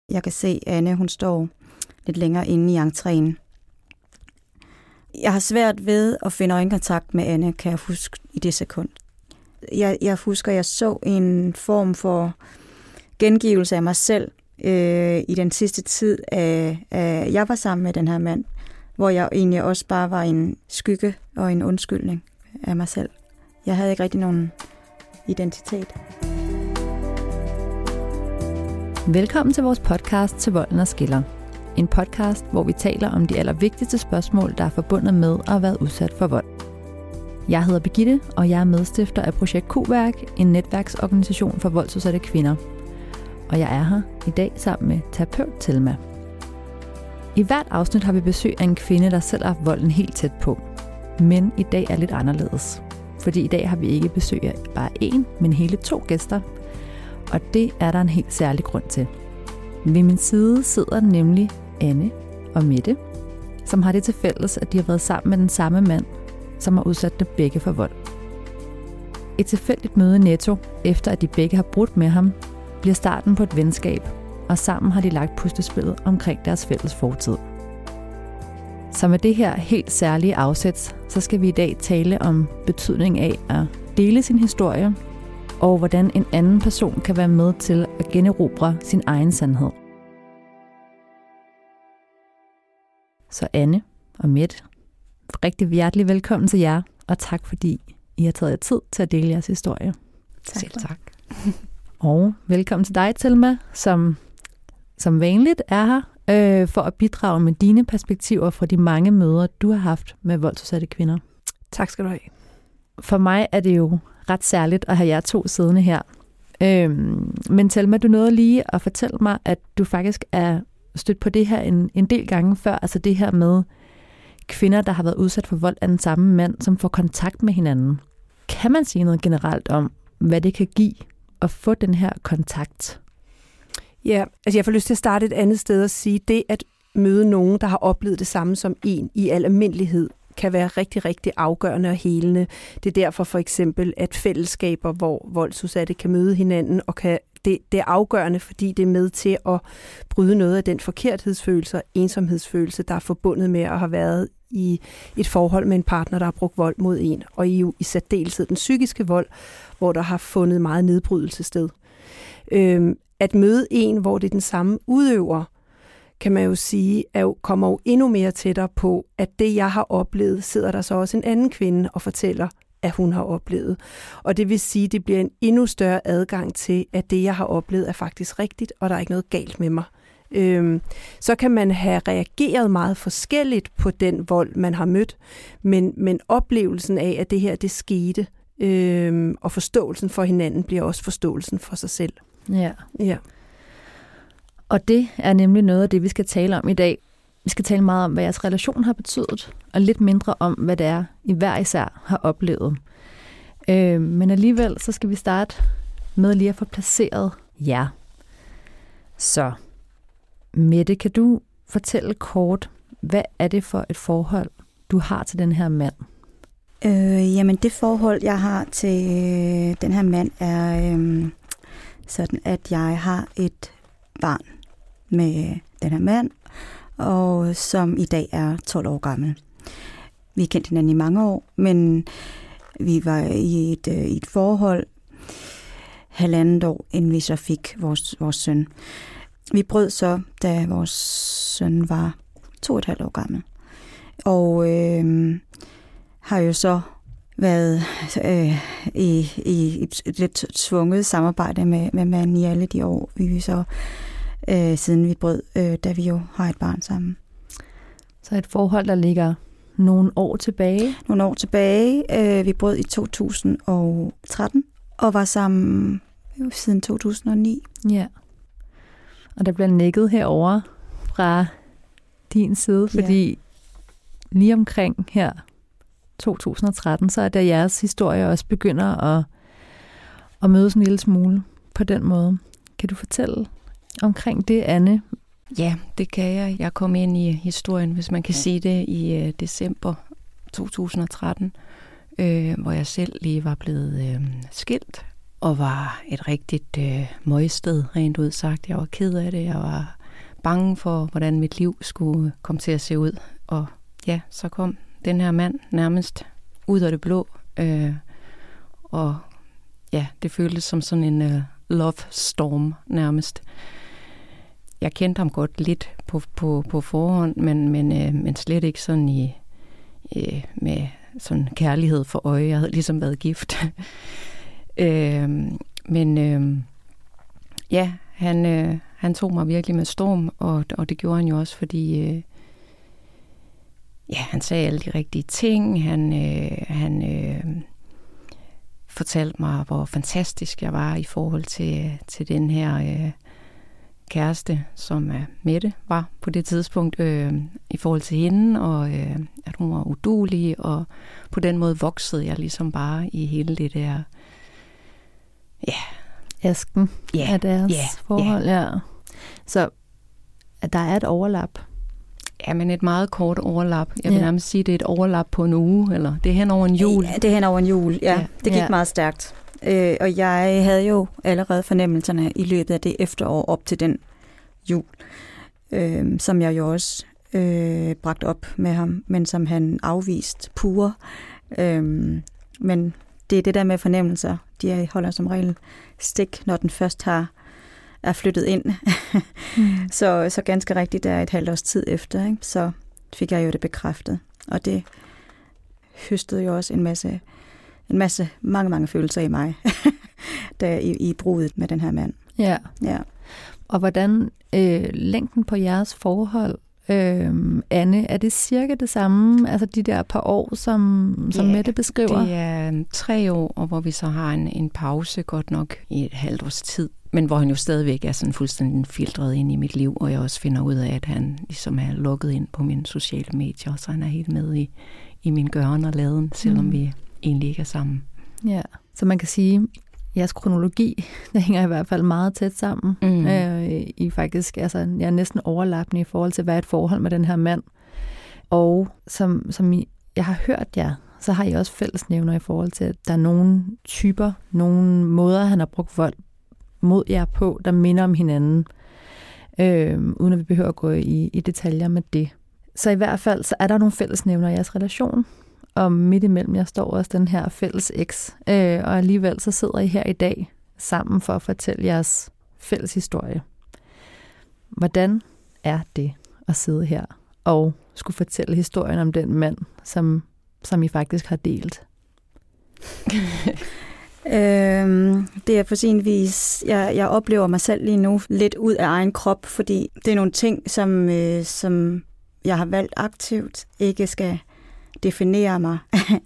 Jeg kan se, at Anne hun står lidt længere inde i entréen. Jeg har svært ved at finde øjenkontakt med Anne, kan jeg huske i det sekund. Jeg husker, at jeg så en form for gengivelse af mig selv i den sidste tid, af jeg var sammen med den her mand, hvor jeg egentlig også bare var en skygge og en undskyldning af mig selv. Jeg havde ikke rigtig nogen identitet. Velkommen til vores podcast Til volden og skiller. En podcast, hvor vi taler om de allervigtigste spørgsmål, der er forbundet med at have været udsat for vold. Jeg hedder Birgitte, og jeg er medstifter af Projekt Q-værk, en netværksorganisation for voldsudsatte kvinder. Og jeg er her i dag sammen med terapeut Thelma. I hvert afsnit har vi besøg af en kvinde, der selv har haft volden helt tæt på. Men i dag er lidt anderledes. Fordi i dag har vi ikke besøg af bare én, men hele 2 gæster. Og det er der en helt særlig grund til. Ved min side sidder nemlig Anne og Mette, som har det til fælles, at de har været sammen med den samme mand, som har udsat dem begge for vold. Et tilfældigt møde i Netto, efter at de begge har brudt med ham, bliver starten på et venskab, og sammen har de lagt puslespillet omkring deres fælles fortid. Så med det her helt særlige afsæt, så skal vi i dag tale om betydningen af at dele sin historie, og hvordan en anden person kan være med til at generobre sin egen sandhed. Så Anne og Mette, rigtig hjertelig velkommen til jer, og tak fordi I har taget jer tid til at dele jeres historie. Selv tak. Og velkommen til dig, Thelma, som vanligt er her for at bidrage med dine perspektiver fra de mange møder, du har haft med voldsudsatte kvinder. Tak skal du have. For mig er det jo ret særligt at have jer 2 siddende her. Men Thelma, du nåede lige at fortælle mig, at du faktisk er stødt på det her en del gange før. Altså det her med kvinder, der har været udsat for vold af den samme mand, som får kontakt med hinanden. Kan man sige noget generelt om, hvad det kan give at få den her kontakt? Ja, altså jeg får lyst til at starte et andet sted og sige, det at møde nogen, der har oplevet det samme som en i al almindelighed, kan være rigtig, rigtig afgørende og helende. Det er derfor for eksempel, at fællesskaber, hvor voldsudsatte kan møde hinanden, og det er afgørende, fordi det er med til at bryde noget af den forkerthedsfølelse og ensomhedsfølelse, der er forbundet med at have været i et forhold med en partner, der har brugt vold mod en, og i særdeleshed den psykiske vold, hvor der har fundet meget nedbrydelse sted. At møde en, hvor det er den samme udøver, kan man jo sige, kommer jo endnu mere tættere på, at det, jeg har oplevet, sidder der så også en anden kvinde og fortæller, at hun har oplevet. Og det vil sige, at det bliver en endnu større adgang til, at det, jeg har oplevet, er faktisk rigtigt, og der er ikke noget galt med mig. Så kan man have reageret meget forskelligt på den vold, man har mødt, men oplevelsen af, at det her, det skete, og forståelsen for hinanden, bliver også forståelsen for sig selv. Ja. Og det er nemlig noget af det, vi skal tale om i dag. Vi skal tale meget om, hvad jeres relation har betydet, og lidt mindre om, hvad det er, I hver især har oplevet. Men alligevel, så skal vi starte med lige at få placeret jer. Så, Mette, kan du fortælle kort, hvad er det for et forhold, du har til den her mand? Jamen, det forhold, jeg har til den her mand, er sådan, at jeg har et barn med den her mand, og som i dag er 12 år gammel. Vi kendte hinanden i mange år, men vi var i et forhold 1,5 år, inden vi så fik vores søn. Vi brød så, da vores søn var 2,5 år gammel. Og har jo så været i et lidt tvunget samarbejde med manden i alle de år, vi så siden vi brød, da vi jo har et barn sammen. Så et forhold, der ligger nogle år tilbage? Nogle år tilbage. Vi brød i 2013 og var sammen siden 2009. Ja. Og der bliver nikket herover fra din side, fordi lige omkring her 2013, så er der jeres historie også begynder at mødes en lille smule på den måde. Kan du fortælle omkring det, Anne? Ja, det kan jeg. Jeg kom ind i historien, hvis man kan sige det, i december 2013, hvor jeg selv lige var blevet skilt og var et rigtigt møgsted, rent ud sagt. Jeg var ked af det. Jeg var bange for, hvordan mit liv skulle komme til at se ud. Og ja, så kom den her mand nærmest ud af det blå. Og ja, det føltes som sådan en love storm nærmest. Jeg kendte ham godt lidt på forhånd, men slet ikke sådan med sådan kærlighed for øje. Jeg havde ligesom været gift. Ja, han tog mig virkelig med storm, og det gjorde han jo også, fordi han sagde alle de rigtige ting. Han fortalte mig, hvor fantastisk jeg var i forhold til den her kæreste, som Mette var på det tidspunkt, i forhold til hende, og at hun var uduelig, og på den måde voksede jeg ligesom bare i hele det der asken af deres forhold. Ja. Så at der er et overlap. Ja, men et meget kort overlap. Jeg vil nærmest sige, det er et overlap på en uge, eller det er hen over en jul. Ja, det er hen over en jul, ja. Det gik meget stærkt. Og jeg havde jo allerede fornemmelserne i løbet af det efterår op til den jul, som jeg jo også bragte op med ham, men som han afviste pure. Men det er det der med fornemmelser. De holder som regel stik, når den først er flyttet ind. Så ganske rigtigt, der et halvt års tid efter, ikke? Så fik jeg jo det bekræftet. Og det høstede jo også en masse, mange følelser i mig, der i brudet med den her mand. Ja. Ja. Og hvordan længden på jeres forhold, Anne, er det cirka det samme, altså de der par år, som Mette beskriver? Det er 3 år, og hvor vi så har en pause godt nok i et halvt års tid, men hvor han jo stadigvæk er sådan fuldstændig filtreret ind i mit liv, og jeg også finder ud af, at han ligesom er logget ind på mine sociale medier, så han er helt med i min gøren og laden, selvom vi egentlig ikke er sammen. Ja, så man kan sige, jeres kronologi, det hænger i hvert fald meget tæt sammen. I faktisk, altså, jeg er næsten overlappende i forhold til, hvad er et forhold med den her mand. Og som jeg har hørt jer, så har I også fællesnævner i forhold til, at der er nogle typer, nogle måder, han har brugt vold mod jer på, der minder om hinanden, uden at vi behøver at gå i detaljer med det. Så i hvert fald, så er der nogle fællesnævner i jeres relation, og midt imellem jer står også den her fælles eks, og alligevel så sidder I her i dag sammen for at fortælle jeres fælles historie. Hvordan er det at sidde her og skulle fortælle historien om den mand, som I faktisk har delt? Det er på sin vis, jeg oplever mig selv lige nu lidt ud af egen krop, fordi det er nogle ting, som jeg har valgt aktivt, ikke skal definere mig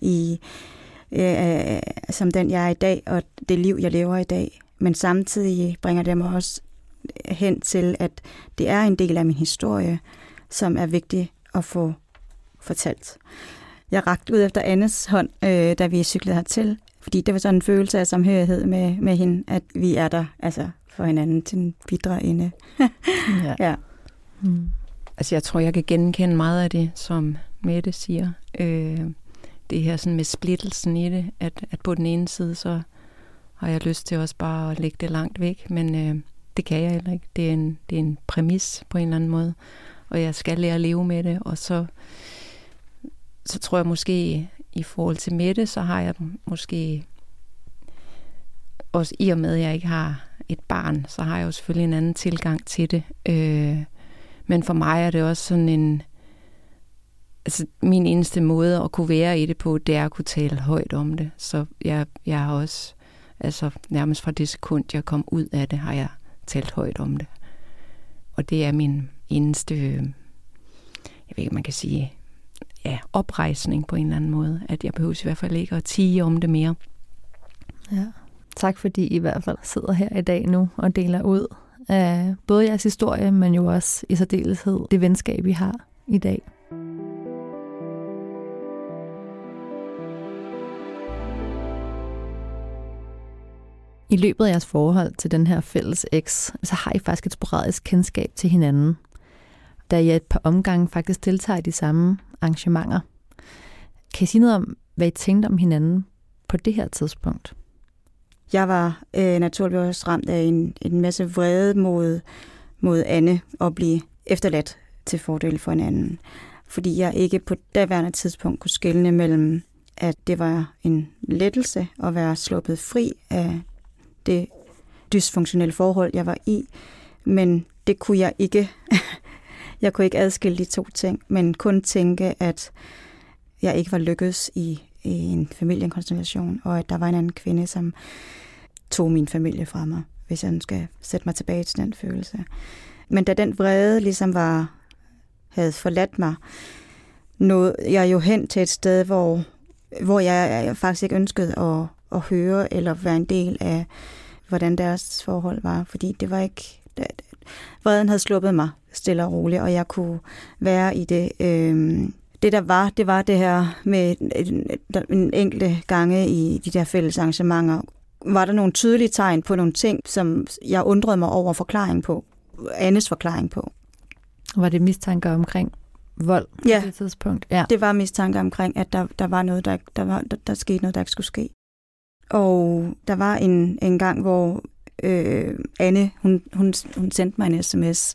som den jeg er i dag, og det liv, jeg lever i dag. Men samtidig bringer det mig også hen til, at det er en del af min historie, som er vigtig at få fortalt. Jeg rakte ud efter Annes hånd, da vi cyklede hertil, fordi det var sådan en følelse af samhørighed med hende, at vi er der altså for hinanden til en bidre ende. Ja. Altså jeg tror, jeg kan genkende meget af det, som Mette siger. Det her sådan med splittelsen i det, at på den ene side, så har jeg lyst til også bare at lægge det langt væk, men det kan jeg heller ikke. Det er en præmis på en eller anden måde, og jeg skal lære at leve med det, og så tror jeg måske, i forhold til Mette, så har jeg måske også i og med, at jeg ikke har et barn, så har jeg jo selvfølgelig en anden tilgang til det. Men for mig er det også sådan altså min eneste måde at kunne være i det på, det er at kunne tale højt om det. Så jeg har også, altså nærmest fra det sekund, jeg kom ud af det, har jeg talt højt om det. Og det er min eneste, jeg ved ikke, man kan sige, oprejsning på en eller anden måde, at jeg behøver i hvert fald ikke at tie om det mere. Ja. Tak fordi I hvert fald sidder her i dag nu og deler ud af både jeres historie, men jo også i særdeleshed det venskab, vi har i dag. I løbet af jeres forhold til den her fælles eks, så har I faktisk et sporadisk kendskab til hinanden, da I et par omgange faktisk deltager i de samme arrangementer. Kan I sige noget om, hvad I tænkte om hinanden på det her tidspunkt? Jeg var naturligvis ramt af en masse vrede mod Anne og blive efterladt til fordel for en anden. Fordi jeg ikke på daværende tidspunkt kunne skelne mellem, at det var en lettelse at være sluppet fri af det dysfunktionelle forhold, jeg var i. Men det kunne jeg ikke. Jeg kunne ikke adskille de to ting, men kun tænke, at jeg ikke var lykkedes i en familiekonstellation, og at der var en anden kvinde, som tog min familie fra mig, hvis jeg skal sætte mig tilbage til den følelse. Men da den vrede ligesom havde forladt mig, nåede jeg jo hen til et sted, hvor jeg faktisk ikke ønskede at høre eller være en del af, hvordan deres forhold var, fordi det var ikke... Vreden havde sluppet mig stille og roligt, og jeg kunne være i det. Det var det her med en enkelte gange i de der fælles arrangementer. Var der nogle tydelige tegn på nogle ting, som jeg undrede mig over forklaring på, Annes forklaring på. Var det mistanker omkring vold på det tidspunkt? Ja, det var mistanker omkring, at der var noget, der skete noget, der ikke skulle ske. Og der var en gang, hvor Anne, hun sendte mig en sms.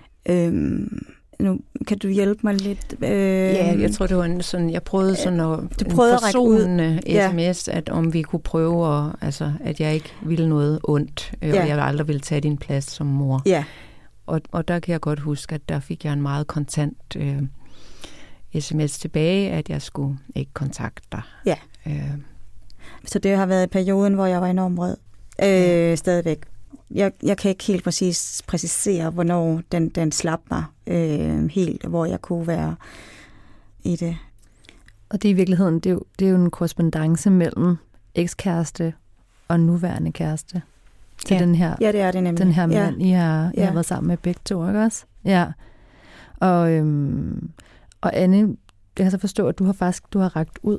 Nu kan du hjælpe mig lidt? Ja, jeg tror, det var jeg prøvede sådan at forsonende sms, at om vi kunne prøve, at jeg ikke ville noget ondt, og jeg aldrig ville tage din plads som mor. Ja. Og der kan jeg godt huske, at der fik jeg en meget kontant sms tilbage, at jeg skulle ikke kontakte dig. Ja. Så det har været perioden, hvor jeg var enormt vred. Stadigvæk. Jeg kan ikke helt præcisere, hvornår den slap mig helt, hvor jeg kunne være i det. Og det i virkeligheden, det er jo en korrespondance mellem ekskæreste og nuværende kæreste til den her, det er det nemlig. Den her mand, I har været sammen med begge to, ikke også? Ja. Og Anne, jeg kan så forstå, at du har rakt ud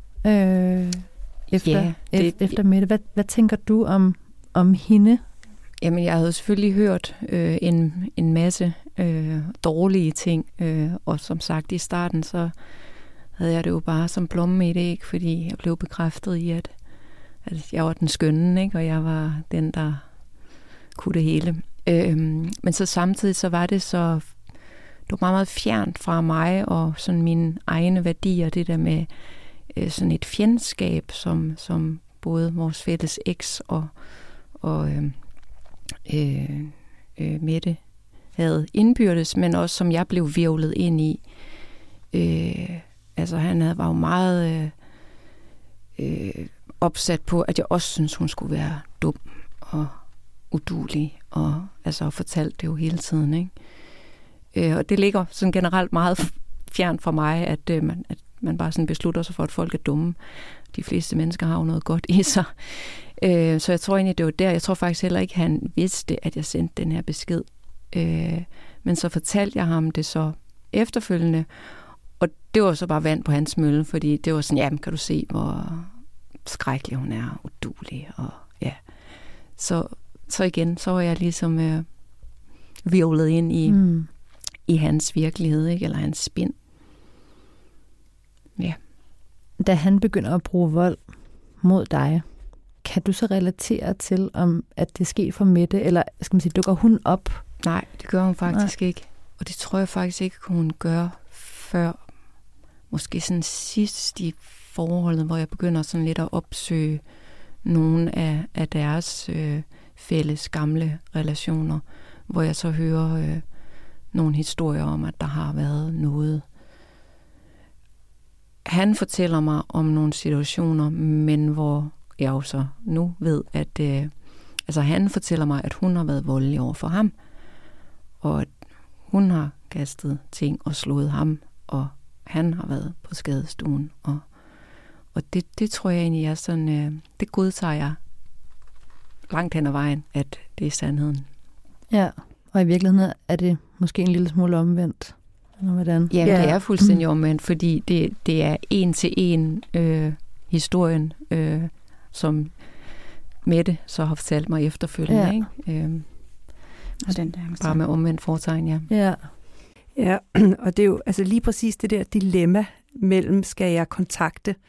efter Mette. Hvad tænker du om hende? Jamen, jeg havde selvfølgelig hørt en masse dårlige ting, og som sagt i starten, så havde jeg det jo bare som blomme i et æg, fordi jeg blev bekræftet i, at jeg var den skønne, ikke? Og jeg var den, der kunne det hele. Men så samtidig så var det så, det var meget, meget fjernt fra mig og sådan mine egne værdier, det der med sådan et fjendskab, som både vores fælles eks og Mette havde indbyrdes, men også som jeg blev hvirvlet ind i. Han var jo meget opsat på, at jeg også synes, hun skulle være dum og uduelig, og fortalte det jo hele tiden, ikke? Og det ligger sådan generelt meget fjernt for mig, at man bare sådan beslutter sig for, at folk er dumme. De fleste mennesker har jo noget godt i sig. Så jeg tror egentlig, det var der. Jeg tror faktisk heller ikke, han vidste, at jeg sendte den her besked. Men så fortalte jeg ham det så efterfølgende, og det var så bare vand på hans mølle, fordi det var sådan, jamen kan du se, hvor skrækkelig hun er, uduelig, og ja. Så igen, så var jeg ligesom hvirvlet ind i hans virkelighed, ikke? Eller hans spind. Ja. Da han begynder at bruge vold mod dig, kan du så relatere til, at det sker for Mette, eller skal man sige, dukker hun op? Nej, det gør hun faktisk ikke. Og det tror jeg faktisk ikke, hun gør før måske sådan sidst i forholdet, hvor jeg begynder sådan lidt at opsøge nogle af deres fælles gamle relationer, hvor jeg så hører nogle historier om, at der har været noget. Han fortæller mig om nogle situationer, men hvor jeg jo så nu ved, at han fortæller mig, at hun har været voldelig over for ham, og at hun har kastet ting og slået ham, og han har været på skadestuen. Og det tror jeg egentlig er sådan, det godtager jeg langt hen ad vejen, at det er sandheden. Ja, og i virkeligheden er det måske en lille smule omvendt. Eller hvordan? Ja, det er fuldstændig omvendt, fordi det er en til en historien, som Mette så har fortalt mig efterfølgende. Ikke? Og den der, bare med omvendt fortegn, ja. Ja, og det er jo altså lige præcis det der dilemma mellem, skal jeg kontakte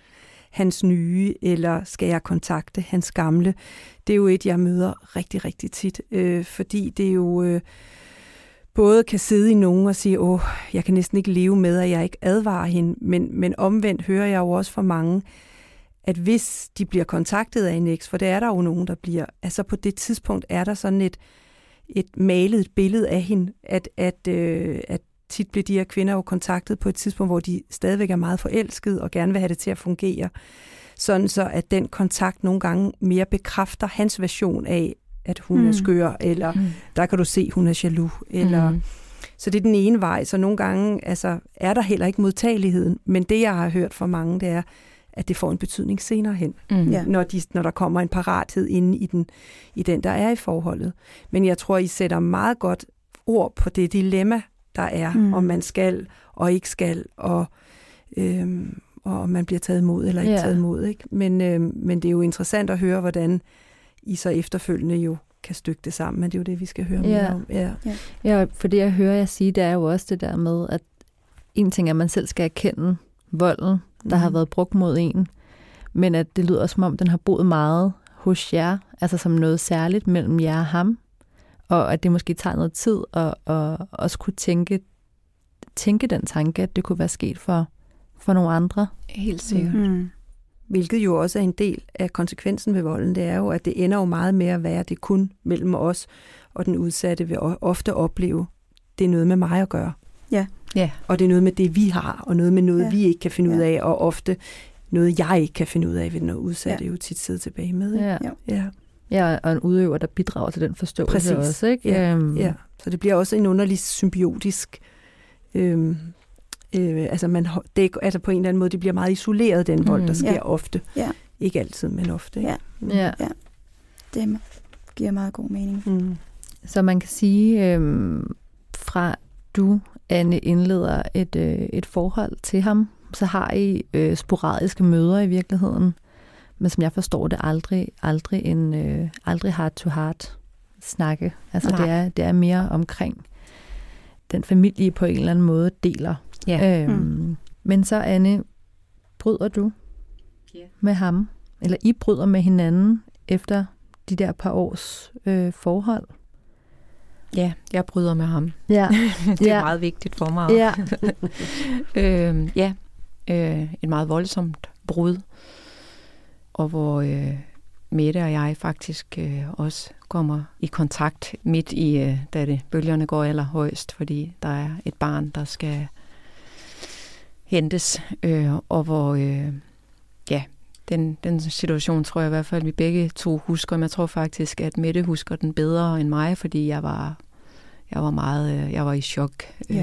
hans nye, eller skal jeg kontakte hans gamle? Det er jo et, jeg møder rigtig, rigtig tit, fordi det jo både kan sidde i nogen og sige, jeg kan næsten ikke leve med, at jeg ikke advarer hende, men omvendt hører jeg jo også fra mange, at hvis de bliver kontaktet af en eks, for det er der jo nogen, der bliver, altså på det tidspunkt er der sådan et malet billede af hende, at tit bliver de her kvinder jo kontaktet på et tidspunkt, hvor de stadigvæk er meget forelskede og gerne vil have det til at fungere. Sådan så, at den kontakt nogle gange mere bekræfter hans version af, at hun er skør, eller der kan du se, hun er jaloux. Eller, så det er den ene vej. Så nogle gange altså, er der heller ikke modtageligheden. Men det, jeg har hørt fra mange, det er, at det får en betydning senere hen, når der kommer en parathed inde i den, der er i forholdet. Men jeg tror, I sætter meget godt ord på det dilemma, der er, om man skal og ikke skal, og om man bliver taget imod eller ikke taget imod. Ikke? Men det er jo interessant at høre, hvordan I så efterfølgende jo kan stykke det sammen, men det er jo det, vi skal høre mere om. Ja, for det jeg hører jer sige, det er jo også det der med, at en ting er, at man selv skal erkende volden, der har været brugt mod en, men at det lyder også, som om den har boet meget hos jer, altså som noget særligt mellem jer og ham, og at det måske tager noget tid at også kunne tænke den tanke, at det kunne være sket for nogle andre. Helt sikkert. Hvilket jo også er en del af konsekvensen ved volden, det er jo, at det ender jo meget med at være, det kun mellem os, og den udsatte vil ofte opleve, det er noget med mig at gøre. Ja. Og det er noget med det, vi har, og noget med noget, vi ikke kan finde ud af, og ofte noget, jeg ikke kan finde ud af, ved den udsatte jo tit sidder tilbage med. Ja, og en udøver, der bidrager til den forståelse også, ikke? Ja. Så det bliver også en underlig symbiotisk altså på en eller anden måde, det bliver meget isoleret, den vold, der sker ofte. Ja. Ikke altid, men ofte. Ikke? Ja. Det giver meget god mening. Så man kan sige, fra du, Anne, indleder et forhold til ham, så har I sporadiske møder i virkeligheden, men som jeg forstår det, aldrig heart-to-heart snakke. Altså det er mere omkring den familie, I på en eller anden måde deler. Men så, Anne, bryder du med ham? Eller I bryder med hinanden efter de der par års forhold? Ja, jeg bryder med ham. Ja. Det er meget vigtigt for mig. Et meget voldsomt brud. Og hvor Mette og jeg faktisk også kommer i kontakt midt i, da bølgerne går allerhøjst, fordi der er et barn, der skal hentes, og hvor den situation tror jeg i hvert fald, vi begge to husker, men jeg tror faktisk, at Mette husker den bedre end mig, fordi jeg var i chok.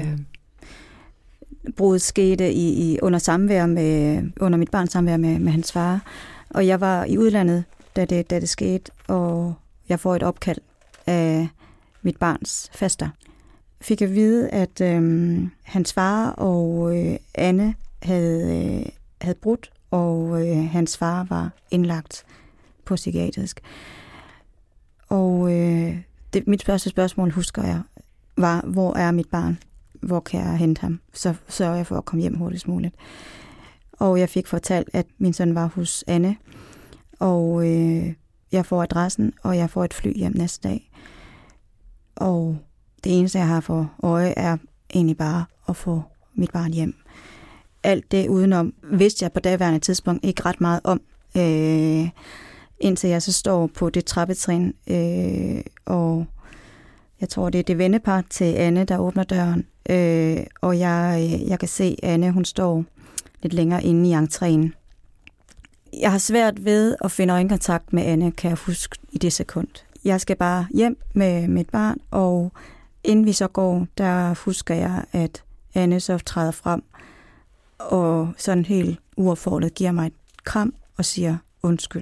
Bruddet skete under mit barns samvær med hans far, og jeg var i udlandet, da det skete, og jeg får et opkald af mit barns faster. Fik at vide, at hans far og Anne havde brudt, og hans far var indlagt på psykiatrisk. Og mit første spørgsmål, husker jeg, var, hvor er mit barn? Hvor kan jeg hente ham? Så sørger jeg for at komme hjem hurtigst muligt. Og jeg fik fortalt, at min søn var hos Anne, og jeg får adressen, og jeg får et fly hjem næste dag. Og det eneste, jeg har for øje, er egentlig bare at få mit barn hjem. Alt det udenom vidste jeg på daværende tidspunkt ikke ret meget om, indtil jeg så står på det trappetrin, og jeg tror, det er det vennepar til Anne, der åbner døren, og jeg kan se Anne, hun står lidt længere inde i entréen. Jeg har svært ved at finde øjenkontakt med Anne, kan jeg huske i det sekund. Jeg skal bare hjem med mit barn, og inden vi så går, der husker jeg, at Anne så træder frem, og sådan helt uopfordret giver mig et kram og siger undskyld.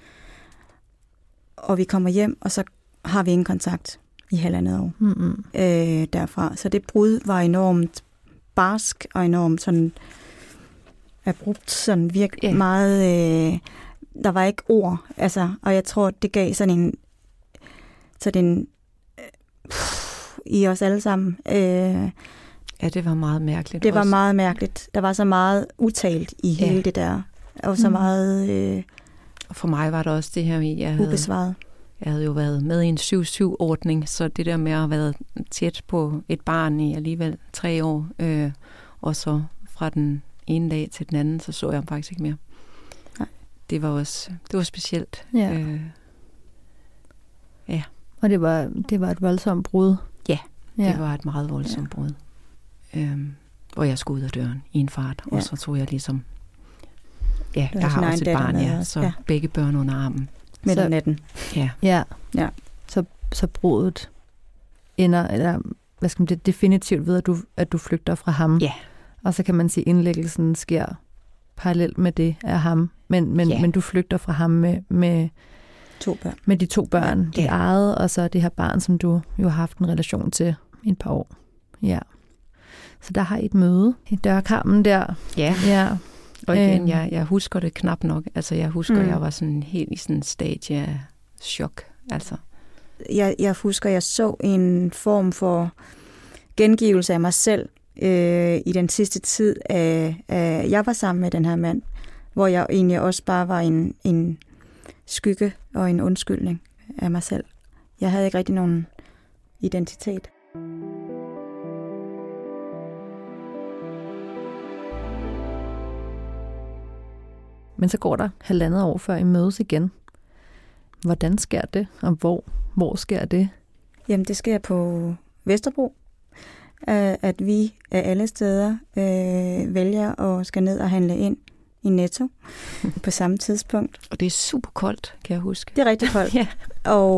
Og vi kommer hjem, og så har vi ingen kontakt i 1,5 år derfra. Så det brud var enormt barsk og enormt sådan abrupt, sådan virkelig meget. Der var ikke ord, altså, og jeg tror, det gav sådan en i os alle sammen. Ja, det var meget mærkeligt. Det var meget mærkeligt. Der var så meget utalt i hele det der og så meget Og for mig var det også det her, ubesvaret. Jeg havde jo været med i en 7-7-ordning, så det der med at have været tæt på et barn i alligevel 3 år, og så fra den ene dag til den anden, så jeg ham faktisk ikke mere. Nej. Det var specielt. Ja. Ja. Og det var et voldsomt brud. Ja, det var et meget voldsomt brud. Hvor jeg skulle ud af døren i en fart, og så tog jeg ligesom... Ja, jeg har også et barn, så begge børn under armen. Midt om natten. Ja. Så brudet ender, eller hvad skal man sige, definitivt ved, at du flygter fra ham. Ja. Og så kan man sige, at indlæggelsen sker parallelt med det af ham. Men du flygter fra ham med 2 børn. Med de 2 børn, dit eget, og så det her barn, som du jo har haft en relation til i et par år. Ja. Så der har I et møde i dørkarmen der. Ja. Og igen, jeg husker det knap nok. Altså, jeg husker, jeg var sådan helt i sådan en stadie af chok. Altså. Jeg husker, jeg så en form for gengivelse af mig selv i den sidste tid. Jeg var sammen med den her mand, hvor jeg egentlig også bare var en skygge og en undskyldning af mig selv. Jeg havde ikke rigtig nogen identitet. Men så går der 1,5 år, før I mødes igen. Hvordan sker det, og hvor sker det? Jamen, det sker på Vesterbro. At vi af alle steder vælger at skal ned og handle ind i Netto på samme tidspunkt. Og det er super koldt, kan jeg huske. Det er rigtig koldt. Ja. Og,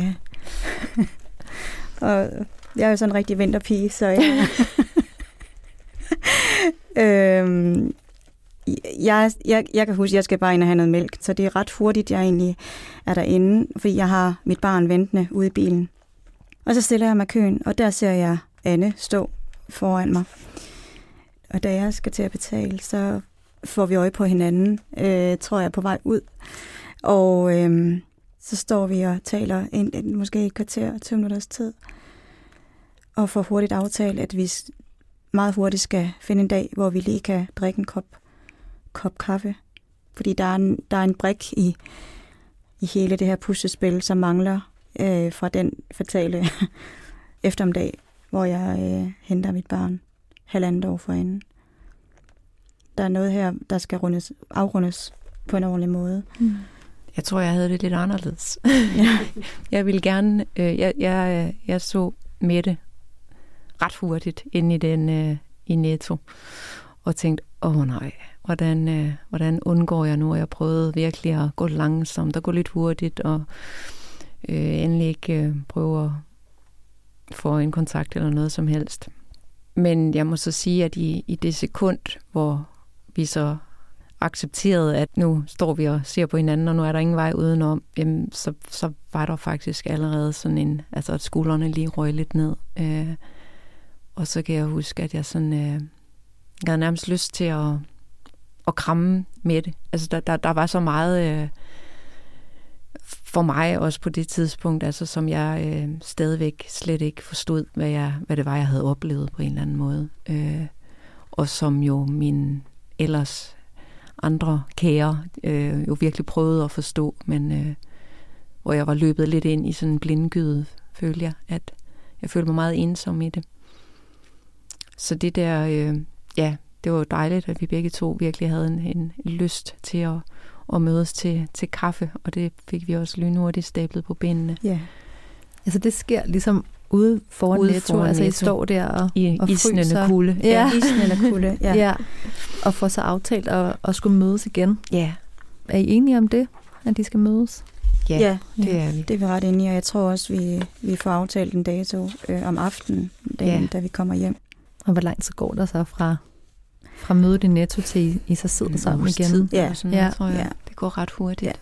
og jeg er jo sådan en rigtig vinterpige, så jeg kan huske, at jeg skal bare ind og have noget mælk, så det er ret hurtigt, jeg egentlig er derinde, fordi jeg har mit barn ventende ude i bilen. Og så stiller jeg mig køen, og der ser jeg Anne stå foran mig. Og da jeg skal til at betale, så får vi øje på hinanden, tror jeg, på vej ud. Og så står vi og taler måske et kvarter, 20 minutters tid, og får hurtigt aftalt, at vi meget hurtigt skal finde en dag, hvor vi lige kan drikke en kop kaffe. Fordi der er en brik i hele det her puslespil, som mangler fra den fatale eftermiddag, hvor jeg henter mit barn 1,5 år forinden. Der er noget her, der skal afrundes på en ordentlig måde. Jeg tror, jeg havde det lidt anderledes. Jeg ville gerne... Jeg så Mette ret hurtigt inde i Netto, og tænkte, nej, hvordan undgår jeg nu? Jeg prøvede virkelig at gå langsomt og gå lidt hurtigt, og endelig ikke prøve at få en kontakt eller noget som helst. Men jeg må så sige, at i det sekund, hvor vi så accepterede, at nu står vi og ser på hinanden, og nu er der ingen vej udenom, jamen, så var der faktisk allerede sådan at skuldrene lige røg lidt ned. Og så kan jeg huske, at jeg sådan, jeg havde nærmest lyst til at kramme med det. Altså der var så meget for mig også på det tidspunkt, altså som jeg stadigvæk slet ikke forstod, hvad det var, jeg havde oplevet på en eller anden måde. Og som jo min ellers andre kære jo virkelig prøvede at forstå, men hvor jeg var løbet lidt ind i sådan en blindgyde, følte jeg, at jeg følte mig meget ensom i det. Så det der, det var jo dejligt, at vi begge to virkelig havde en lyst til at mødes til kaffe, og det fik vi også lynhurtigt stablet på benene. Ja. Altså det sker ligesom ude foran Netto, altså I står der og isnende kulde. Ja, isnende kulde, ja. Ja. Og får så aftalt at skulle mødes igen. Ja. Er I enige om det, at de skal mødes? Ja, det er vi. Det er vi ret enige, og jeg tror også, vi får aftalt en dato om aftenen, da vi kommer hjem. Og hvor lang tid går der så fra mødet i Netto til I så sidder sammen igen? Tid, tror jeg. Det går ret hurtigt. Ja.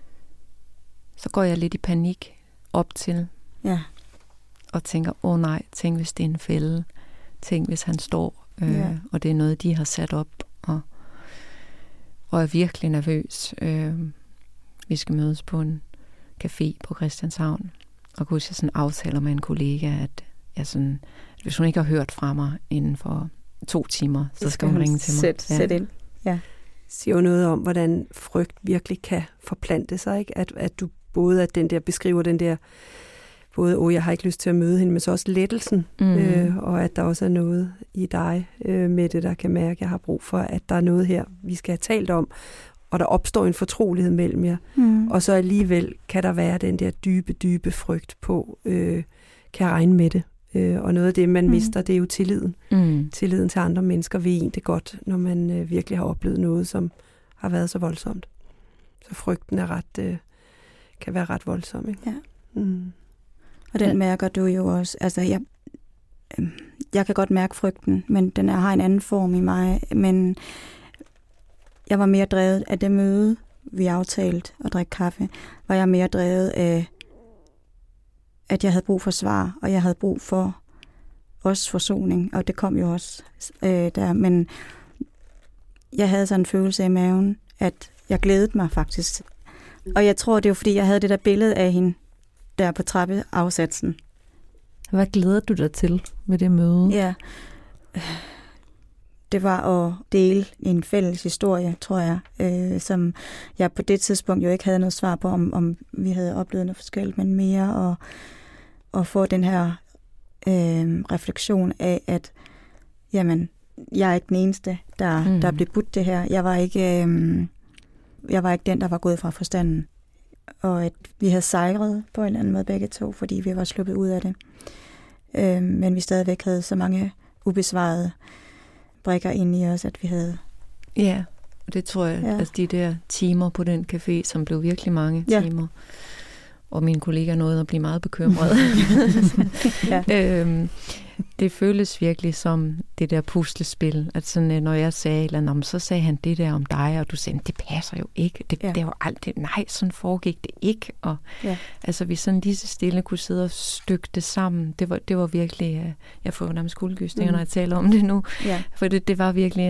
Så går jeg lidt i panik op til. Ja. Og tænker, nej, tænk hvis det er en fælde. Tænk hvis han står, og det er noget, de har sat op. Og er virkelig nervøs. Vi skal mødes på en café på Christianshavn. Og kunne jeg sådan aftaler med en kollega, at jeg sådan, hvis hun ikke har hørt fra mig inden for 2 timer, så skal hun ringe til mig. Sæt ind. Ja. siger jo noget om, hvordan frygt virkelig kan forplante sig, ikke? At du både at den der beskriver den der, både, jeg har ikke lyst til at møde hende, men så også lettelsen, og at der også er noget i dig, Mette, der kan mærke, at jeg har brug for, at der er noget her, vi skal have talt om, og der opstår en fortrolighed mellem jer. Og så alligevel kan der være den der dybe frygt på, kan jeg regne med det? Og noget af det, man mister, det er jo tilliden. Tilliden til andre mennesker ved en det godt, når man virkelig har oplevet noget, som har været så voldsomt. Så frygten er kan være ret voldsom, ikke? Ja. Og den mærker du jo også. Altså, jeg kan godt mærke frygten, men den har en anden form i mig. Men jeg var mere drevet af det møde, vi aftalte at drikke kaffe. Var jeg mere drevet af, at jeg havde brug for svar, og jeg havde brug for også forsoning. Og det kom jo også der. Men jeg havde sådan en følelse i maven, at jeg glædede mig faktisk. Og jeg tror, det var, fordi jeg havde det der billede af hende der på trappeafsatsen. Hvad glæder du dig til ved det møde? Ja, det var at dele en fælles historie, tror jeg, som jeg på det tidspunkt jo ikke havde noget svar på, om vi havde oplevet noget forskelligt, men mere at få den her refleksion af, at jamen, jeg er ikke den eneste, der blev budt det her. Jeg var ikke den, der var gået fra forstanden. Og at vi havde sejret på en eller anden måde begge to, fordi vi var sluppet ud af det. Men vi stadigvæk havde så mange ubesvarede brikker inde i os, at vi havde... Ja, og det tror jeg, altså de der timer på den café, som blev virkelig mange timer. Og mine kollegaer nåede at blive meget bekymrede. Det føles virkelig som det der puslespil, at sådan, når jeg sagde eller andet, så sagde han det der om dig, og du sagde, det passer jo ikke. Det var aldrig, nej, sådan foregik det ikke. Og altså, vi sådan lige så stille kunne sidde og stykke det sammen. Det var virkelig, jeg får nærmest kuldegysninger, når jeg taler om det nu. Ja. For det var virkelig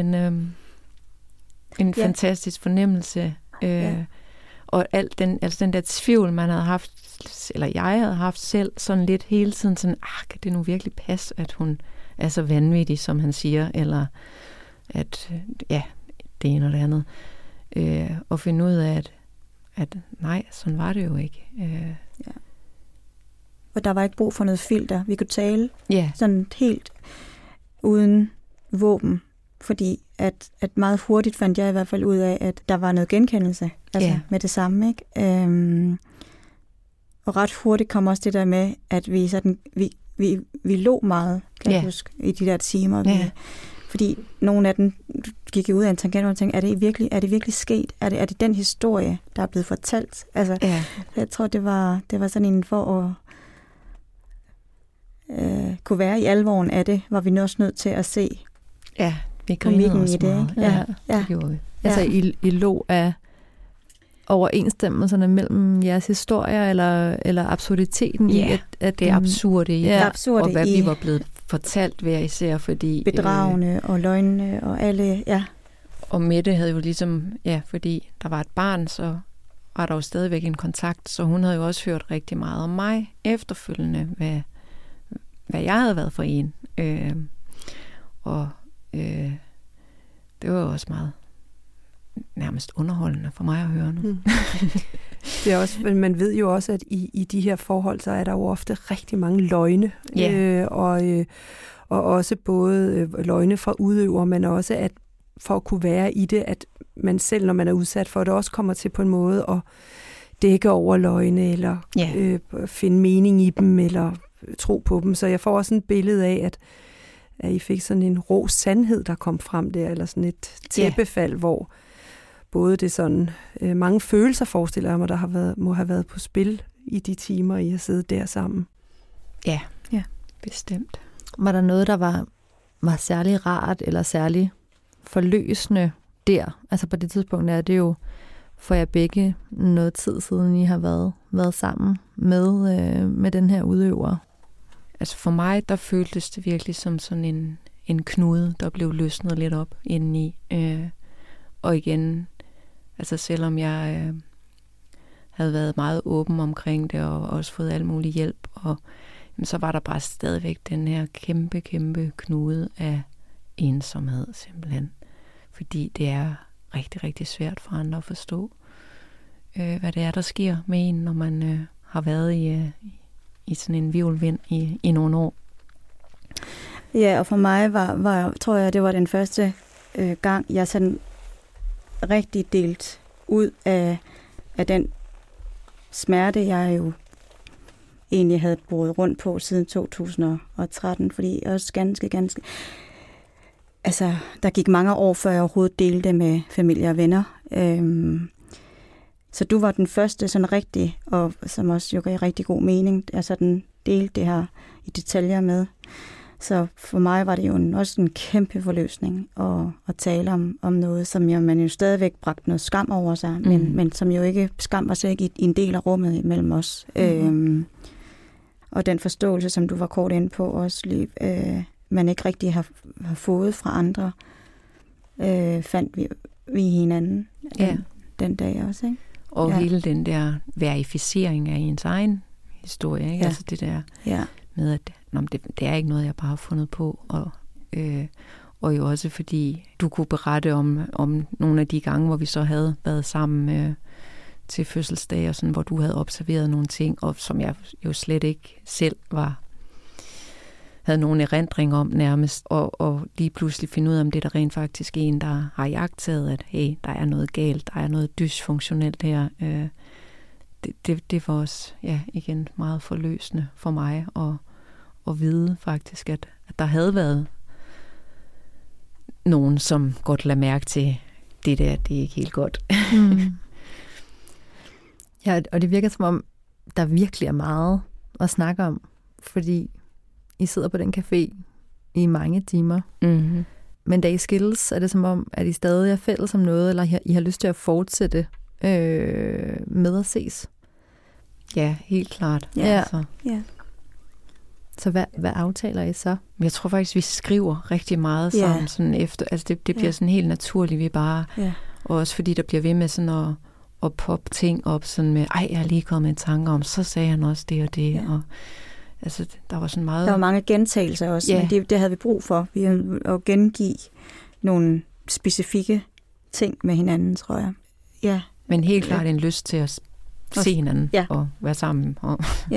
en fantastisk fornemmelse. Og alt den der tvivl, man havde haft, eller jeg havde haft selv, sådan lidt hele tiden, sådan, kan det nu virkelig passe, at hun er så vanvittig, som han siger, eller at, det ene eller det andet. Og finde ud af, at nej, sådan var det jo ikke. Og der var ikke brug for noget filter. Vi kunne tale sådan helt uden våben, fordi at meget hurtigt fandt jeg i hvert fald ud af, at der var noget genkendelse med det samme, ikke? Og ret hurtigt kom også det der med, at vi sådan vi lå meget, kan jeg huske, i de der timer. Fordi nogle af dem gik ud af en tangent og tænkte, er det virkelig sket? Er det den historie, der er blevet fortalt? Altså, jeg tror, det var sådan en for at kunne være i alvoren af det, var vi også nødt til at se. Ja, vi grinede også meget. Ja, det gjorde vi. Altså, I lå af overensstemmelserne mellem jeres historier, eller absurditeten i, at det er absurde i, absurde og hvad i, vi var blevet fortalt hver især, fordi... Bedragende og løgnene og alle, Og Mette havde jo ligesom, fordi der var et barn, så var der jo stadigvæk en kontakt, så hun havde jo også hørt rigtig meget om mig efterfølgende, hvad jeg havde været for en. Det var jo også meget nærmest underholdende for mig at høre nu. Det er også, men man ved jo også, at i de her forhold, så er der jo ofte rigtig mange løgne, og også både løgne fra udøver, men også at for at kunne være i det, at man selv, når man er udsat for det, også kommer til på en måde at dække over løgne, eller finde mening i dem, eller tro på dem. Så jeg får også et billede af, at I fik sådan en rå sandhed, der kom frem der, eller sådan et tæppefald, hvor både det sådan mange følelser, forestiller jeg mig, der må have været på spil i de timer, I har siddet der sammen. Ja, bestemt. Var der noget, der var særlig rart, eller særlig forløsende der? Altså på det tidspunkt er det jo for jer begge noget tid siden, I har været sammen med den her udøver. Altså for mig, der føltes det virkelig som sådan en knude, der blev løsnet lidt op indeni. Og igen, altså selvom jeg havde været meget åben omkring det, og også fået al mulig hjælp, og så var der bare stadigvæk den her kæmpe knude af ensomhed simpelthen. Fordi det er rigtig, rigtig svært for andre at forstå, hvad det er, der sker med en, når man har været i sådan en hvirvelvind i nogle år. Ja, og for mig tror jeg, det var den første gang, jeg sådan rigtig delt ud af den smerte, jeg jo egentlig havde boet rundt på siden 2013, fordi også ganske... Altså, der gik mange år, før jeg overhovedet delte det med familie og venner. Så du var den første sådan rigtig, og som også jo gav rigtig god mening, altså den delte det her i detaljer med. Så for mig var det jo også en kæmpe forløsning at tale om noget, som man jo stadigvæk bragte noget skam over sig, men som jo ikke skam var så ikke i en del af rummet mellem os. Og den forståelse, som du var kort inde på, også man ikke rigtig har fået fra andre, fandt vi hinanden den dag også, ikke? Og hele den der verificering af ens egen historie, ikke? Altså det der med, at det er ikke noget, jeg bare har fundet på, og jo også fordi du kunne berette om nogle af de gange, hvor vi så havde været sammen til fødselsdag, og sådan, hvor du havde observeret nogle ting, og som jeg jo slet ikke selv havde nogen erindring om nærmest, og lige pludselig finde ud af, om det der rent faktisk en, der har iagttaget, at hey, der er noget galt, der er noget dysfunktionelt her. Det var også, igen meget forløsende for mig at vide faktisk, at der havde været nogen, som godt lader mærke til, det der, det er ikke helt godt. Ja, og det virker som om, der virkelig er meget at snakke om, fordi I sidder på den café i mange timer. Mm-hmm. Men da I skilles, er det som om, at I stadig er fælles om noget, eller I har lyst til at fortsætte med at ses? Ja, helt klart. Ja. Altså. Ja. Så hvad aftaler I så? Jeg tror faktisk, vi skriver rigtig meget sammen sådan efter. Altså det bliver sådan helt naturligt, vi bare... Og også fordi der bliver ved med sådan at poppe ting op, sådan med, jeg har lige kommet med en tanke om, så sagde han også det og det, og altså, der var sådan meget... Der var mange gentagelser også, men det havde vi brug for. Vi havde at gengive nogle specifikke ting med hinanden, tror jeg. Ja. Men helt klart en lyst til at se hinanden og være sammen. Og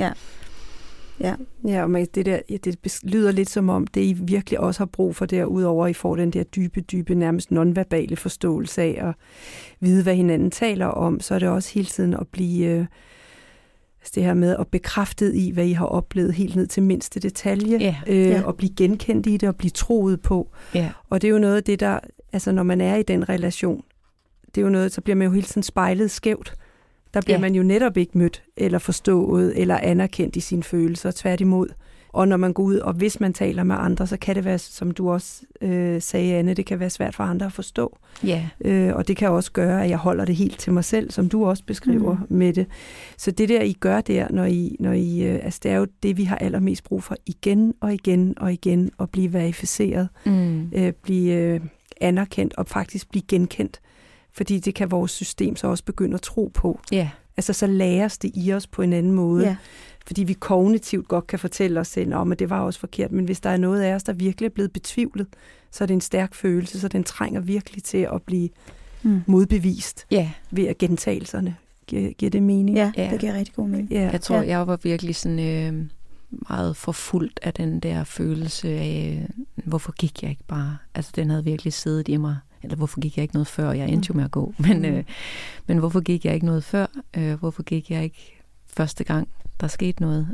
Ja, og det lyder lidt som om, det I virkelig også har brug for derudover, I får den der dybe, nærmest nonverbale forståelse af at vide, hvad hinanden taler om, så er det også hele tiden at blive det her med at bekræftet i, hvad I har oplevet helt ned til mindste detalje, og blive genkendt i det og blive troet på. Yeah. Og det er jo noget af det, der, altså når man er i den relation, det er jo noget, så bliver man jo hele tiden spejlet skævt. Der bliver man jo netop ikke mødt, eller forstået, eller anerkendt i sine følelser, tværtimod. Og når man går ud, og hvis man taler med andre, så kan det være, som du også sagde, Anne, det kan være svært for andre at forstå. Yeah. Og det kan også gøre, at jeg holder det helt til mig selv, som du også beskriver med det. Så det der, I gør der, når I altså det er jo det, vi har allermest brug for igen og igen og igen, at blive verificeret, blive anerkendt og faktisk blive genkendt. Fordi det kan vores system så også begynde at tro på. Yeah. Altså så læres det i os på en anden måde. Yeah. Fordi vi kognitivt godt kan fortælle os selv, at det var også forkert. Men hvis der er noget af os, der virkelig er blevet betvivlet, så er det en stærk følelse, så den trænger virkelig til at blive modbevist ved at gentagelserne. Giver det mening? Ja, det giver rigtig god mening. Jeg tror, jeg var virkelig sådan meget forfulgt af den der følelse af, hvorfor gik jeg ikke bare? Altså den havde virkelig siddet i mig. Eller hvorfor gik jeg ikke noget før? Jeg endte jo med at gå. Men hvorfor gik jeg ikke noget før? Hvorfor gik jeg ikke første gang, der skete noget?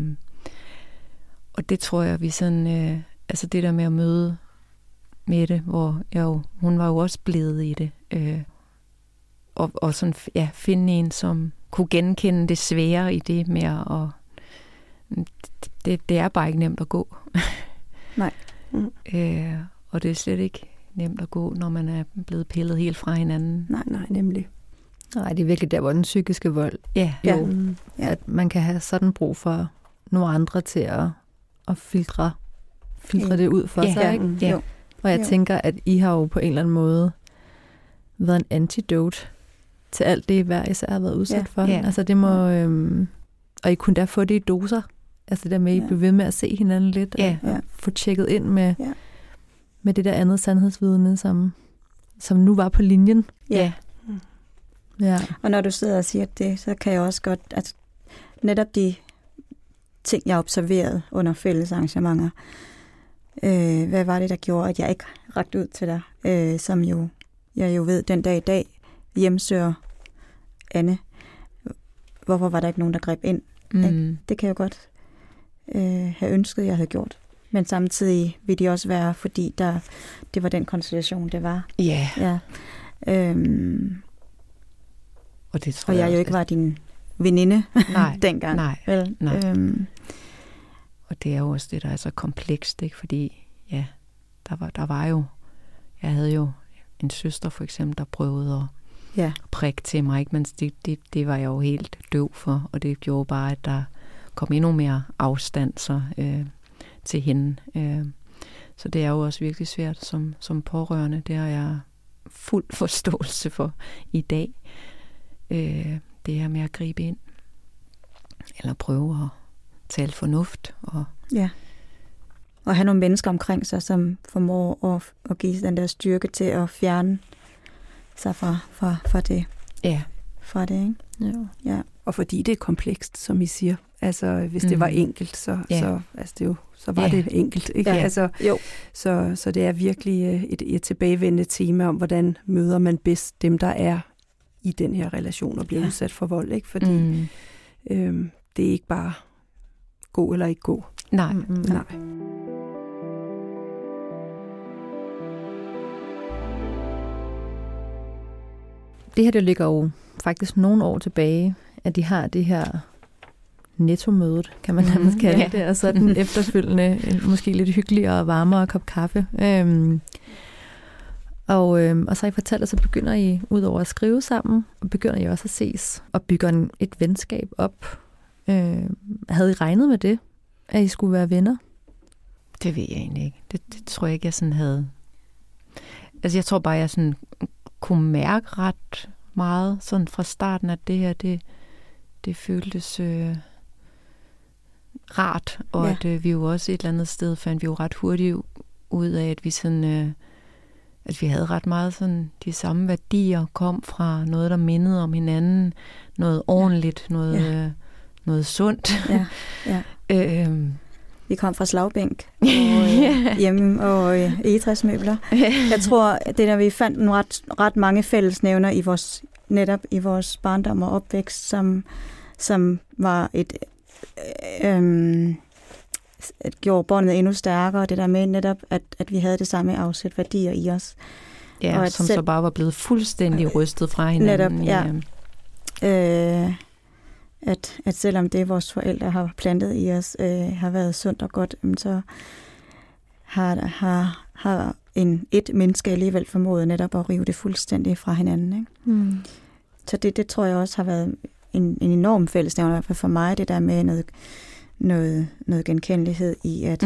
Og det tror jeg, vi sådan... altså det der med at møde Mette, hvor hun var jo også blevet i det. Og sådan, finde en, som kunne genkende det svære i det med at... Det er bare ikke nemt at gå. Nej. Og det er slet ikke nemt at gå, når man er blevet pillet helt fra hinanden. Nej, nemlig. Nej, det er virkelig der, hvor den psykiske vold. At man kan have sådan brug for nogle andre til at filtre det ud for sig. Ikke? Ja. Og jeg tænker, at I har jo på en eller anden måde været en antidote til alt det, hver især har været udsat for. Altså det må... og I kunne da få det i doser. Altså det der med, at I blev ved med at se hinanden lidt. Og få tjekket ind med det der andet sandhedsvidne, som som nu var på linjen. Ja. Ja. Og når du sidder og siger det, så kan jeg også godt, altså netop de ting, jeg observerede under fælles arrangementer, hvad var det, der gjorde, at jeg ikke rakte ud til dig, som jeg jo ved den dag i dag hjemsøger Anne. Hvorfor var der ikke nogen, der greb ind? Det kan jeg godt have ønsket, jeg havde gjort. Men samtidig vil de også være, fordi det var den konstellation, det var. Ja. Ja. Og det tror og jeg også, jo ikke var din veninde dengang. Nej, vel? nej. Og det er jo også det, der er så komplekst, ikke? Fordi ja, der var jo, jeg havde jo en søster for eksempel, der prøvede at prikke til mig, ikke? Men det var jeg jo helt døv for, og det gjorde bare, at der kom endnu mere afstand til hende. Så det er jo også virkelig svært som pårørende. Det har jeg fuld forståelse for i dag. Det her med at gribe ind, eller prøve at tale fornuft. Og have nogle mennesker omkring sig, som formår at give den der styrke til at fjerne sig fra det. Ja. Fra det, ikke? Ja. Og fordi det er komplekst, som I siger. Altså, hvis det var enkelt, så var det enkelt. Ikke? Ja. Altså, så det er virkelig et tilbagevendende tema om, hvordan møder man bedst dem, der er i den her relation og bliver udsat for vold. Ikke? Fordi det er ikke bare gå eller ikke gå. Nej. Nej. Det her, det ligger jo faktisk nogle år tilbage, at de har det her nettomødet, kan man nærmest kalde det, og så den efterfølgende, måske lidt hyggeligere og varmere kop kaffe. Og så har I fortalt, at så begynder I ud over at skrive sammen, og begynder I også at ses, og bygger et venskab op. Havde I regnet med det, at I skulle være venner? Det ved jeg egentlig ikke. Det tror jeg ikke, jeg sådan havde. Altså jeg tror bare, jeg sådan kunne mærke ret meget sådan fra starten, at det her, det føltes rart, og at vi jo også et eller andet sted fandt vi jo ret hurtigt ud af, at vi sådan, at vi havde ret meget sådan de samme værdier, kom fra noget, der mindede om hinanden, noget ordentligt, noget sundt. Ja. Vi kom fra slagbænk og hjemme og egetræsmøbler. Jeg tror, det der vi fandt nogle ret mange fællesnævner i vores barndom og opvækst, som var gjorde båndet endnu stærkere. Det der med netop, at vi havde det samme afsæt værdier i os. Ja, og som så bare var blevet fuldstændig rystet fra hinanden. Netop, ja. At selvom det, vores forældre har plantet i os, har været sundt og godt, så har et menneske alligevel formået netop at rive det fuldstændig fra hinanden. Ikke? Så det tror jeg også har været en enorm fællesnævner, i hvert fald for mig, det der med noget genkendelighed i, at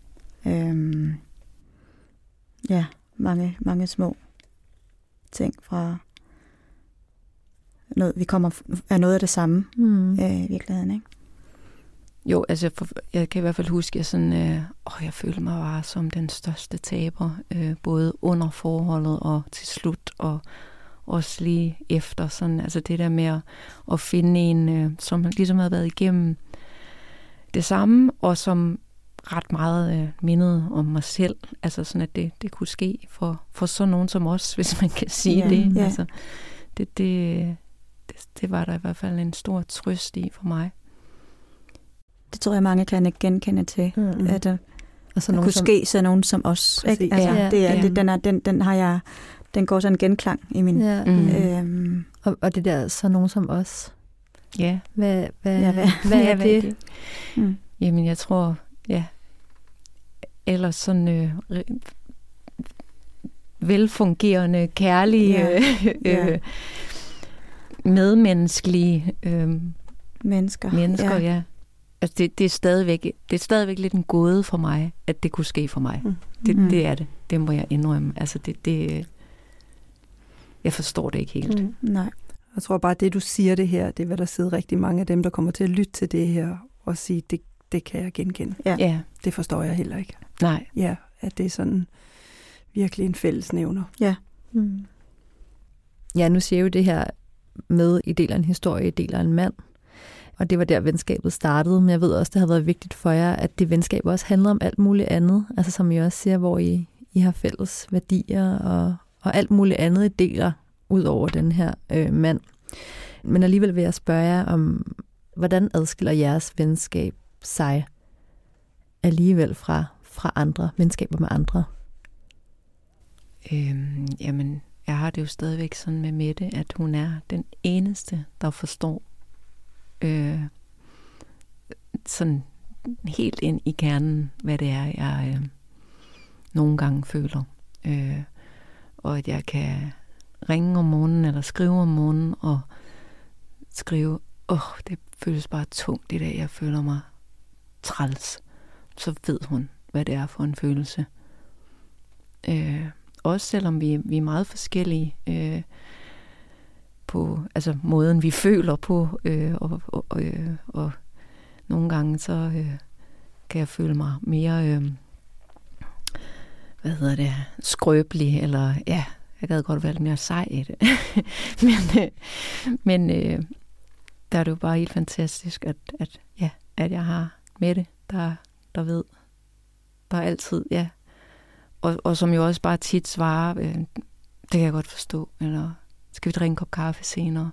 mange små ting fra noget, vi kommer af noget af det samme i virkeligheden, ikke? Jo, altså jeg kan i hvert fald huske, at jeg følte mig bare som den største taber, både under forholdet og til slut, og også lige efter. Sådan, altså det der med at finde en, som ligesom havde været igennem det samme, og som ret meget mindede om mig selv. Altså sådan, at det kunne ske for sådan nogen som os, hvis man kan sige det. Ja. Altså, det var der i hvert fald en stor trøst i for mig. Det tror jeg, mange kan genkende til, at der kunne ske sådan nogen som os. Ikke? Altså, den går sådan en genklang i min... Ja. Og det der så nogen som os. Ja. Hvad er det? Jamen, jeg tror, ellers sådan velfungerende, kærlige, medmenneskelige mennesker, ja. Altså det er stadigvæk lidt en gåde for mig, at det kunne ske for mig. Det er det. Det må jeg indrømme. Altså jeg forstår det ikke helt. Nej. Jeg tror bare, at det du siger det her, det vil der sidde rigtig mange af dem, der kommer til at lytte til det her og sige, det kan jeg genkende. Ja. Det forstår jeg heller ikke. Nej. Ja, at det er sådan virkelig en fællesnævner. Ja. Mm. Ja, nu siger jeg jo det her med, I deler en historie, I deler en mand. Og det var der, venskabet startede. Men jeg ved også, det har været vigtigt for jer, at det venskab også handler om alt muligt andet. Altså som I også siger, hvor I har fælles værdier og alt muligt andet, I deler ud over den her mand. Men alligevel vil jeg spørge jer om, hvordan adskiller jeres venskab sig alligevel fra andre venskaber med andre? Jamen, jeg har det jo stadigvæk sådan med Mette, at hun er den eneste, der forstår sådan helt ind i kernen, hvad det er, jeg nogle gange føler. Og at jeg kan ringe om morgenen eller skrive om morgenen og skrive, det føles bare tungt i dag, jeg føler mig træls. Så ved hun, hvad det er for en følelse. Også selvom vi er meget forskellige på altså måden, vi føler på, og nogle gange så kan jeg føle mig mere, skrøbelig, eller ja, jeg gad godt være lidt mere sej i det. men der er det jo bare helt fantastisk, at jeg har Mette, der ved, der altid, ja. Og som jo også bare tit svarer, det kan jeg godt forstå, eller skal vi drikke en kop kaffe senere?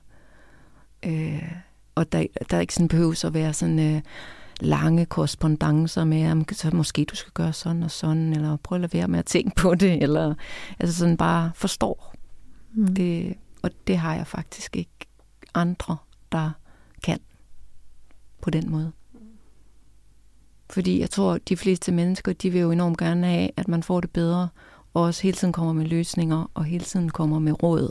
Og der er ikke sådan behøves at være sådan lange korrespondancer med, så måske du skal gøre sådan og sådan, eller prøve at lade være med at tænke på det, eller altså sådan bare forstår. Det, og det har jeg faktisk ikke andre, der kan på den måde. Fordi jeg tror, at de fleste mennesker, de vil jo enormt gerne have, at man får det bedre, og også hele tiden kommer med løsninger, og hele tiden kommer med råd,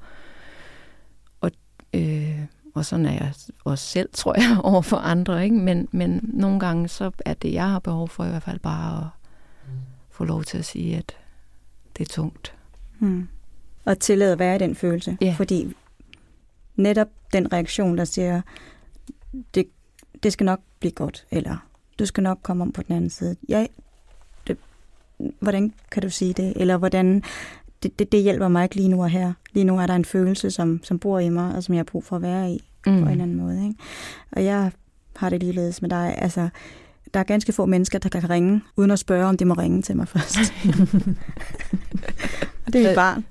og sådan er jeg også selv, tror jeg, over for andre, ikke? Men nogle gange, så er det, jeg har behov for i hvert fald bare at få lov til at sige, at det er tungt. Og tillade at være i den følelse. Yeah. Fordi netop den reaktion, der siger, det skal nok blive godt, eller du skal nok komme om på den anden side. Hvordan kan du sige det? Eller hvordan... Det hjælper mig ikke lige nu og her. Lige nu er der en følelse, som bor i mig, og som jeg har brug for at være i på en eller anden måde. Ikke? Og jeg har det ligeledes med dig. Altså, der er ganske få mennesker, der kan ringe, uden at spørge, om de må ringe til mig først. Og det er mit barn.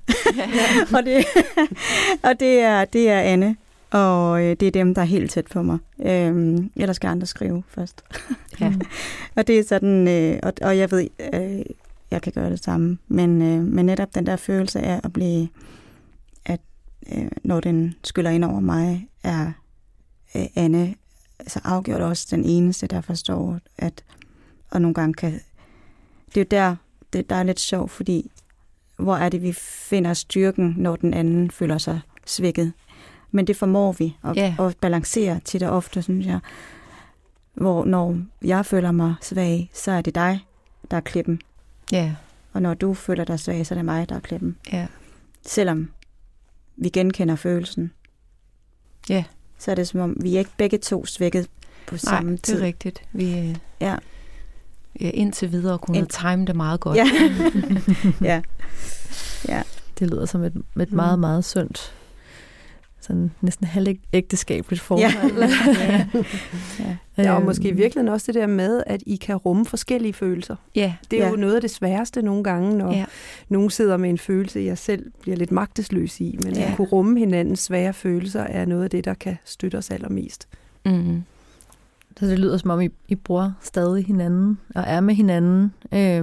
og det er Anne. Og det er dem, der er helt tæt på mig. Ellers skal andre skrive først. Ja. Og det er sådan, og jeg ved, jeg kan gøre det samme. Men netop den der følelse af at blive, at når den skyller ind over mig, er Anne altså afgjort også den eneste, der forstår, at, og nogle gange kan, det er jo der er lidt sjovt, fordi hvor er det, vi finder styrken, når den anden føler sig svækket. Men det formår vi at balancere tit og ofte, synes jeg. Hvor når jeg føler mig svag, så er det dig, der er klippen. Ja. Og når du føler dig svag, så er det mig, der er klippen. Ja. Selvom vi genkender følelsen. Ja. Så er det som om, vi er ikke begge to svækket på samme tid. Nej, det er rigtigt. Vi er indtil videre kunne time det meget godt. Ja. Ja. Det lyder som et meget, meget sundt, sådan næsten halvægteskabeligt forhold. Ja, og måske virkelig også det der med, at I kan rumme forskellige følelser. Ja. Det er jo noget af det sværeste nogle gange, når nogen sidder med en følelse, jeg selv bliver lidt magtesløs i, men at kunne rumme hinandens svære følelser er noget af det, der kan støtte os allermest. Mm-hmm. Så det lyder som om, I bruger stadig hinanden og er med hinanden.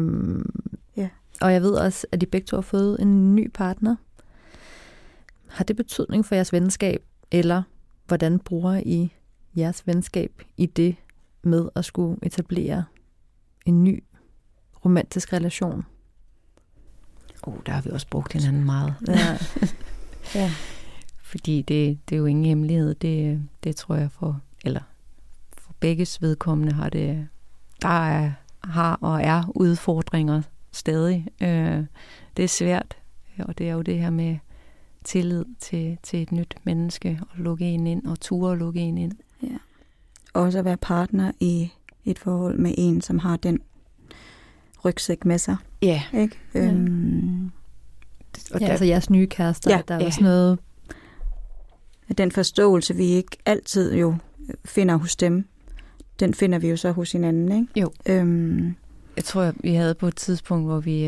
Og jeg ved også, at I begge to har fået en ny partner. Har det betydning for jeres venskab, eller hvordan bruger I jeres venskab i det med at skulle etablere en ny romantisk relation? Der har vi også brugt hinanden meget. Ja. Fordi det er jo ingen hemmelighed. Det tror jeg for begges vedkommende har og er udfordringer stadig. Det er svært, og det er jo det her med tillid til et nyt menneske, og lukke en ind, og ture og lukke en ind. Ja. Også at være partner i et forhold med en, som har den rygsæk med sig. Ja. Ikke? altså jeres nye kærester, der var sådan noget... Den forståelse, vi ikke altid jo finder hos dem, den finder vi jo så hos hinanden, ikke? Jo. Jeg tror, vi havde på et tidspunkt, hvor vi...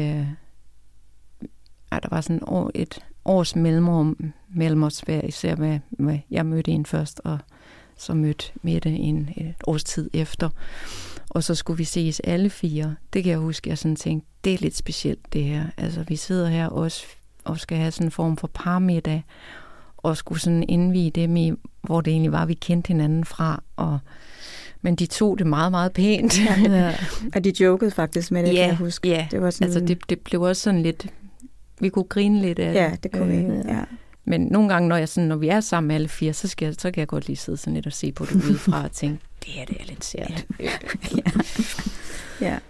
der var sådan et års mellemrum mellem os hver, især med jeg mødte en først, og så mødte Mette et års tid efter. Og så skulle vi ses alle 4. Det kan jeg huske, jeg sådan tænkte, det er lidt specielt det her. Altså, vi sidder her også og skal have sådan en form for parmiddag, og skulle sådan indvige dem i, hvor det egentlig var, vi kendte hinanden fra. Men de tog det meget, meget pænt. Ja. Og de jokede faktisk med det, kan jeg huske. Ja, det var sådan... altså det blev også sådan lidt... Vi kunne grine lidt af det. Ja, det kunne vi. Ja. Men nogle gange, når vi er sammen alle 4, så kan jeg godt lige sidde sådan lidt og se på det udefra og tænke, det her det er lidt sært. Ja.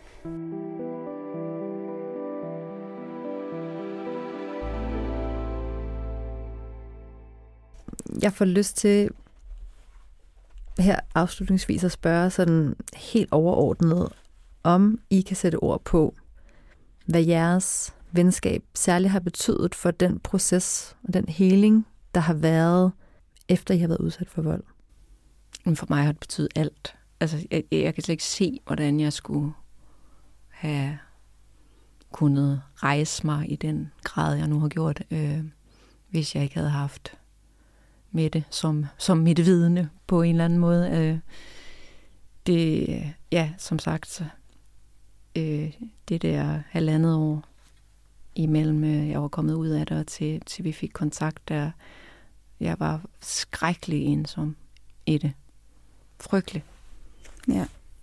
Jeg får lyst til her afslutningsvis at spørge sådan helt overordnet, om I kan sætte ord på, hvad jeres venskab særligt har betydet for den proces og den heling, der har været, efter I har været udsat for vold. Men for mig har det betydet alt. Altså, jeg kan slet ikke se, hvordan jeg skulle have kunnet rejse mig i den grad, jeg nu har gjort, hvis jeg ikke havde haft Mette som mit vidne på en eller anden måde. Som sagt, det der 1,5 år imellem, jeg var kommet ud af det, og til vi fik kontakt, der jeg var skrækkelig ensom i det. Frygtelig. Ja.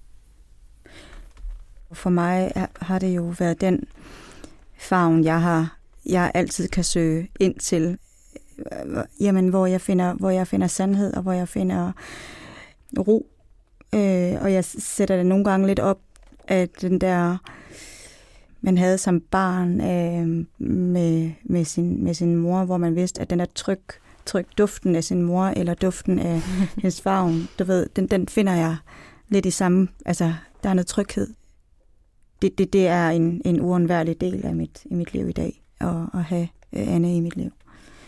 For mig har det jo været den favn, jeg altid kan søge ind til, jamen, hvor jeg finder sandhed, og hvor jeg finder ro. Og jeg sætter det nogle gange lidt op, at den der, man havde som barn med sin mor, hvor man vidste, at den der tryk duften af sin mor, eller duften af hendes favn, du ved, den finder jeg lidt i samme, altså, der er noget tryghed. Det er en uundværlig del af mit liv i dag, at have Anne i mit liv.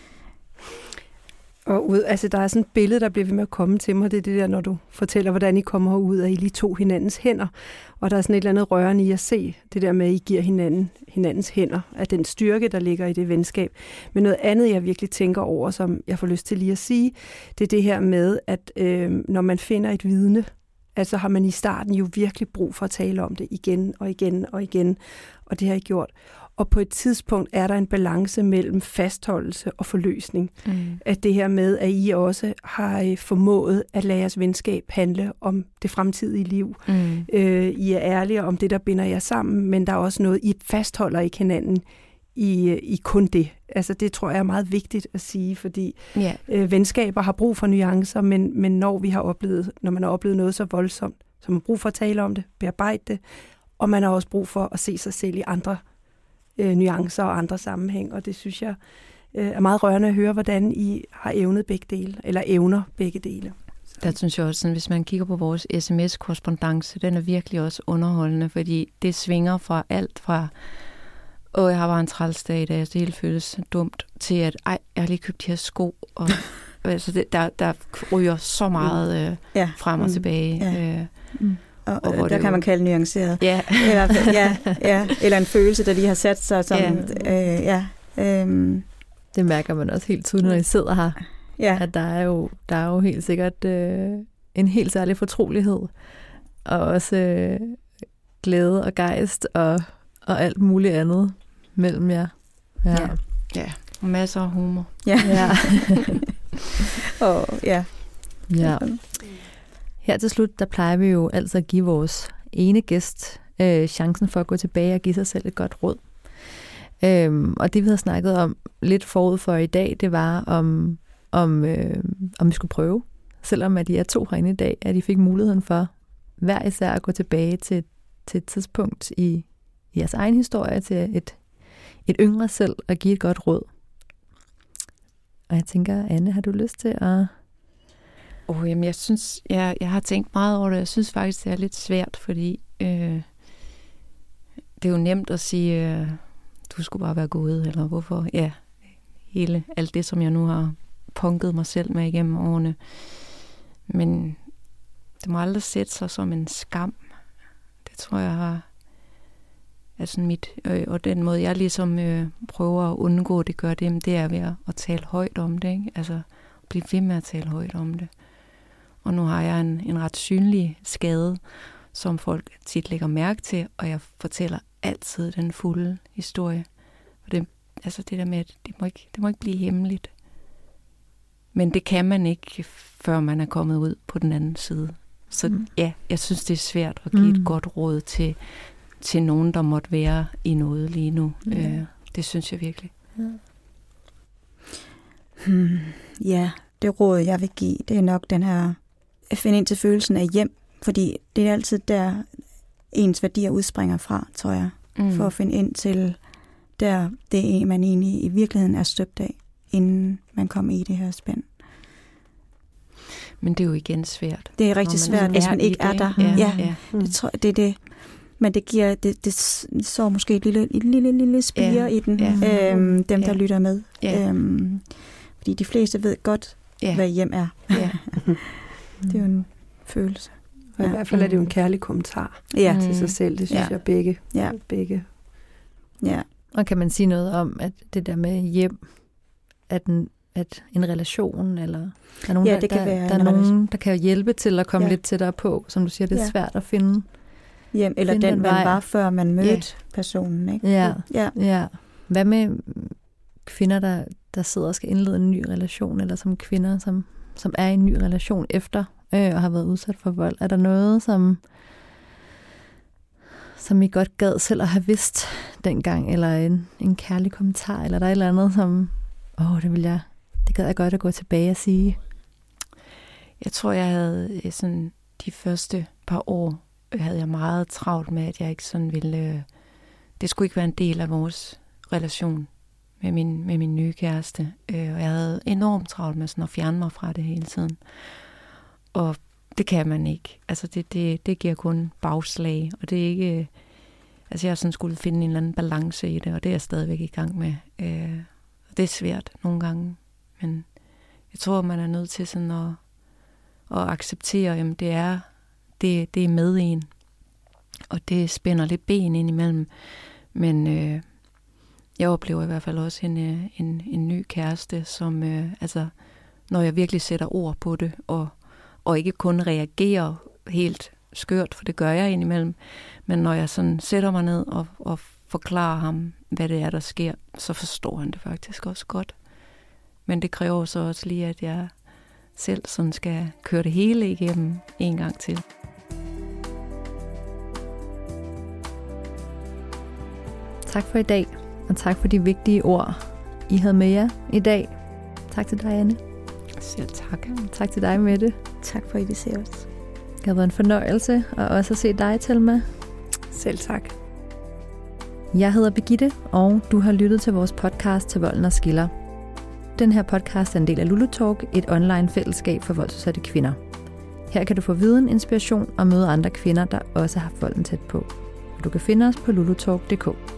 Og der er sådan et billede, der bliver ved med at komme til mig. Det er det der, når du fortæller, hvordan I kommer ud, at I lige tog hinandens hænder. Og der er sådan et eller andet rørende i at se det der med, at I giver hinandens hænder, af den styrke, der ligger i det venskab. Men noget andet, jeg virkelig tænker over, som jeg får lyst til lige at sige, det er det her med, at når man finder et vidne, altså har man i starten jo virkelig brug for at tale om det igen og igen og igen. Og det har I gjort. Og på et tidspunkt er der en balance mellem fastholdelse og forløsning. At det her med, at I også har formået at lade jeres venskab handle om det fremtidige liv. I er ærlige om det, der binder jer sammen, men der er også noget, I fastholder ikke hinanden i kun det. Altså det tror jeg er meget vigtigt at sige, fordi venskaber har brug for nuancer, men når man har oplevet noget så voldsomt, så man har brug for at tale om det, bearbejde det, og man har også brug for at se sig selv i andre nuancer og andre sammenhæng, og det synes jeg er meget rørende at høre, hvordan I har evnet begge dele, eller evner begge dele. Der synes jeg også, hvis man kigger på vores sms-korrespondance, den er virkelig også underholdende, fordi det svinger fra alt fra, jeg har bare en trælsdag i dag, det hele føles dumt, til at, jeg har lige købt de her sko, og altså der ryger så meget frem og tilbage. Og der kan man kalde nuanceret. Ja. Eller en følelse, der lige har sat sig som... Det mærker man også helt tydeligt, når I sidder her. Ja. At der er jo helt sikkert en helt særlig fortrolighed. Og også glæde og gejst og alt muligt andet mellem jer. Ja. Og masser af humor. Ja. Ja. Her til slut, der plejer vi jo altid at give vores ene gæst chancen for at gå tilbage og give sig selv et godt råd. Og det vi havde snakket om lidt forud for i dag, det var om vi skulle prøve, selvom at de er 2 herinde i dag, at de fik muligheden for hver især at gå tilbage til et tidspunkt i jeres egen historie, til et yngre selv og give et godt råd. Og jeg tænker, Anne, har du lyst til at... Jamen, jeg synes, jeg har tænkt meget over det. Jeg synes faktisk, det er lidt svært, fordi det er jo nemt at sige du skulle bare være gået, eller hvorfor, ja, alt det, som jeg nu har punket mig selv med igennem årene. Men det må aldrig sætte sig som en skam. Det tror jeg har, altså og den måde, jeg ligesom prøver at undgå, det gør det er ved at tale højt om det, ikke? Altså blive ved med at tale højt om det. Og nu har jeg en ret synlig skade, som folk tit lægger mærke til, og jeg fortæller altid den fulde historie. Og det der med, at det må ikke blive hemmeligt. Men det kan man ikke, før man er kommet ud på den anden side. Så ja, jeg synes, det er svært at give et godt råd til nogen, der måtte være i noget lige nu. Det synes jeg virkelig. Ja, det råd, jeg vil give, det er nok den her, at finde ind til følelsen af hjem. Fordi det er altid der, ens værdier udspringer fra, tror jeg. For at finde ind til der, det er man egentlig i virkeligheden er støbt af, inden man kommer i det her spænd. Men det er jo igen svært. Det er rigtig svært, hvis man ikke er der. Ja. Det tror jeg, det er det. Men det giver, det så måske et lille spire i den, dem der lytter med. Fordi de fleste ved godt, hvad hjem er. Det er jo en følelse. Og i hvert fald er det jo en kærlig kommentar til sig selv. Det synes jeg begge. Ja. Og kan man sige noget om, at det der med hjem, at en relation, eller der er nogen, der er nogen, der kan hjælpe til at komme lidt tættere på, som du siger, det er svært at finde hjem, eller finde den man var, før man mødte personen, ikke? Ja. Hvad med kvinder, der sidder og skal indlede en ny relation, eller som kvinder, som er i en ny relation efter og har været udsat for vold? Er der noget, som I godt gad selv at have vidst dengang, eller en kærlig kommentar, eller der er et eller andet, som, det gad jeg godt at gå tilbage og sige? Jeg tror, jeg havde sådan de første par år, havde jeg meget travlt med, at jeg ikke sådan ville, det skulle ikke være en del af vores relation med min nye kæreste. Og jeg havde enormt travlt med sådan at fjerne mig fra det hele tiden. Og det kan man ikke. Altså det giver kun bagslag, og det er ikke, altså jeg sådan skulle finde en eller anden balance i det, og det er jeg stadigvæk i gang med. Og det er svært nogle gange, men jeg tror, man er nødt til sådan at acceptere, at det er med en, og det spænder lidt ben ind imellem. Men jeg oplever i hvert fald også en ny kæreste, som når jeg virkelig sætter ord på det, og ikke kun reagerer helt skørt, for det gør jeg indimellem, men når jeg sådan sætter mig ned og forklarer ham, hvad det er, der sker, så forstår han det faktisk også godt. Men det kræver så også lige, at jeg selv sådan skal køre det hele igennem en gang til. Tak for i dag, og tak for de vigtige ord, I havde med jer i dag. Tak til dig, Anne. Selv tak. Tak til dig, Mette. Tak for, at I vil se os. Det har været en fornøjelse, og også at se dig, Thelma. Selv tak. Jeg hedder Birgitte, og du har lyttet til vores podcast Til Volden og Skiller. Den her podcast er en del af Lulu Talk, et online fællesskab for voldsudsatte kvinder. Her kan du få viden, inspiration og møde andre kvinder, der også har volden tæt på. Du kan finde os på lulutalk.dk.